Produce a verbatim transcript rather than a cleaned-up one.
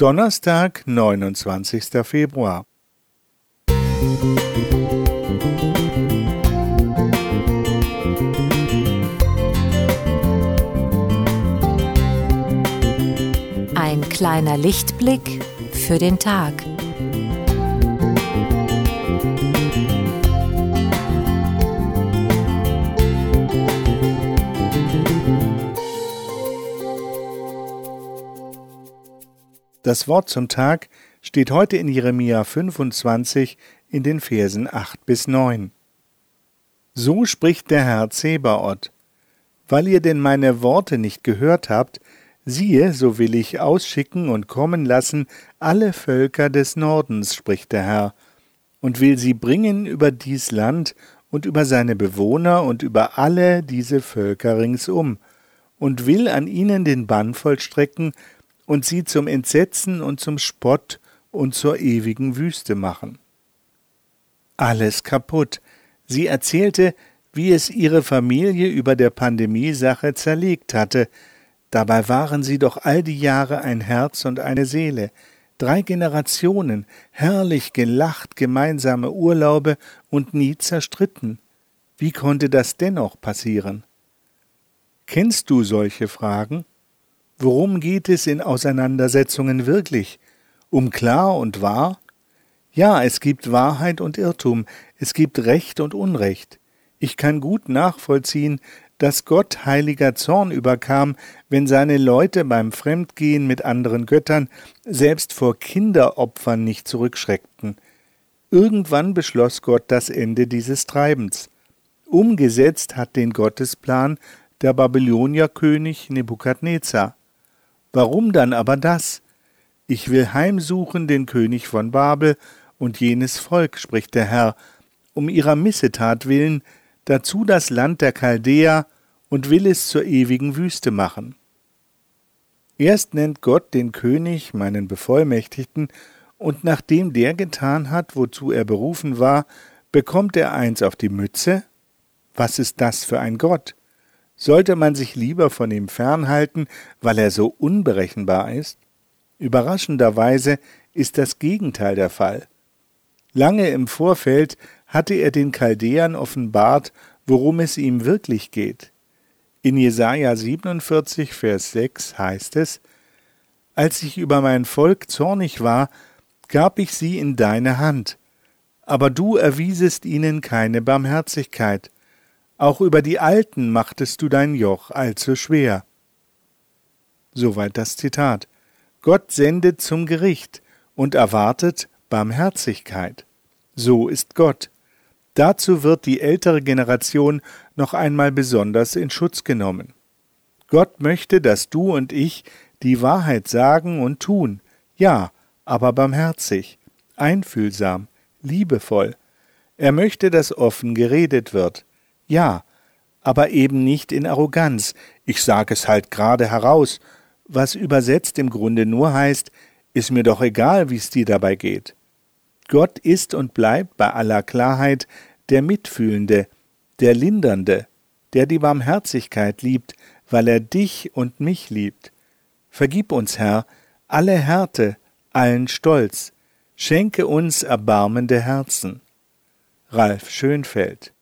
Donnerstag, neunundzwanzigster Februar. Ein kleiner Lichtblick für den Tag. Das Wort zum Tag steht heute in Jeremia fünfundzwanzig in den Versen acht bis neun. So spricht der Herr Zebaoth: Weil ihr denn meine Worte nicht gehört habt, siehe, so will ich ausschicken und kommen lassen alle Völker des Nordens, spricht der Herr, und will sie bringen über dies Land und über seine Bewohner und über alle diese Völker ringsum, und will an ihnen den Bann vollstrecken und sie zum Entsetzen und zum Spott und zur ewigen Wüste machen. Alles kaputt. Sie erzählte, wie es ihre Familie über der Pandemiesache zerlegt hatte. Dabei waren sie doch all die Jahre ein Herz und eine Seele. Drei Generationen, herrlich gelacht, gemeinsame Urlaube und nie zerstritten. Wie konnte das dennoch passieren? Kennst du solche Fragen? Worum geht es in Auseinandersetzungen wirklich? Um klar und wahr? Ja, es gibt Wahrheit und Irrtum, es gibt Recht und Unrecht. Ich kann gut nachvollziehen, dass Gott heiliger Zorn überkam, wenn seine Leute beim Fremdgehen mit anderen Göttern selbst vor Kinderopfern nicht zurückschreckten. Irgendwann beschloss Gott das Ende dieses Treibens. Umgesetzt hat den Gottesplan der Babylonierkönig Nebukadnezar. Warum dann aber das? Ich will heimsuchen den König von Babel und jenes Volk, spricht der Herr, um ihrer Missetat willen, dazu das Land der Chaldäer, und will es zur ewigen Wüste machen. Erst nennt Gott den König, meinen Bevollmächtigten, und nachdem der getan hat, wozu er berufen war, bekommt er eins auf die Mütze? Was ist das für ein Gott? Sollte man sich lieber von ihm fernhalten, weil er so unberechenbar ist? Überraschenderweise ist das Gegenteil der Fall. Lange im Vorfeld hatte er den Chaldäern offenbart, worum es ihm wirklich geht. In Jesaja siebenundvierzig, Vers sechs heißt es: Als ich über mein Volk zornig war, gab ich sie in deine Hand, aber du erwiesest ihnen keine Barmherzigkeit. Auch über die Alten machtest du dein Joch allzu schwer. Soweit das Zitat. Gott sendet zum Gericht und erwartet Barmherzigkeit. So ist Gott. Dazu wird die ältere Generation noch einmal besonders in Schutz genommen. Gott möchte, dass du und ich die Wahrheit sagen und tun, ja, aber barmherzig, einfühlsam, liebevoll. Er möchte, dass offen geredet wird. Ja, aber eben nicht in Arroganz, ich sage es halt gerade heraus, was übersetzt im Grunde nur heißt, ist mir doch egal, wie es dir dabei geht. Gott ist und bleibt bei aller Klarheit der Mitfühlende, der Lindernde, der die Barmherzigkeit liebt, weil er dich und mich liebt. Vergib uns, Herr, alle Härte, allen Stolz, schenke uns erbarmende Herzen. Ralf Schönfeld.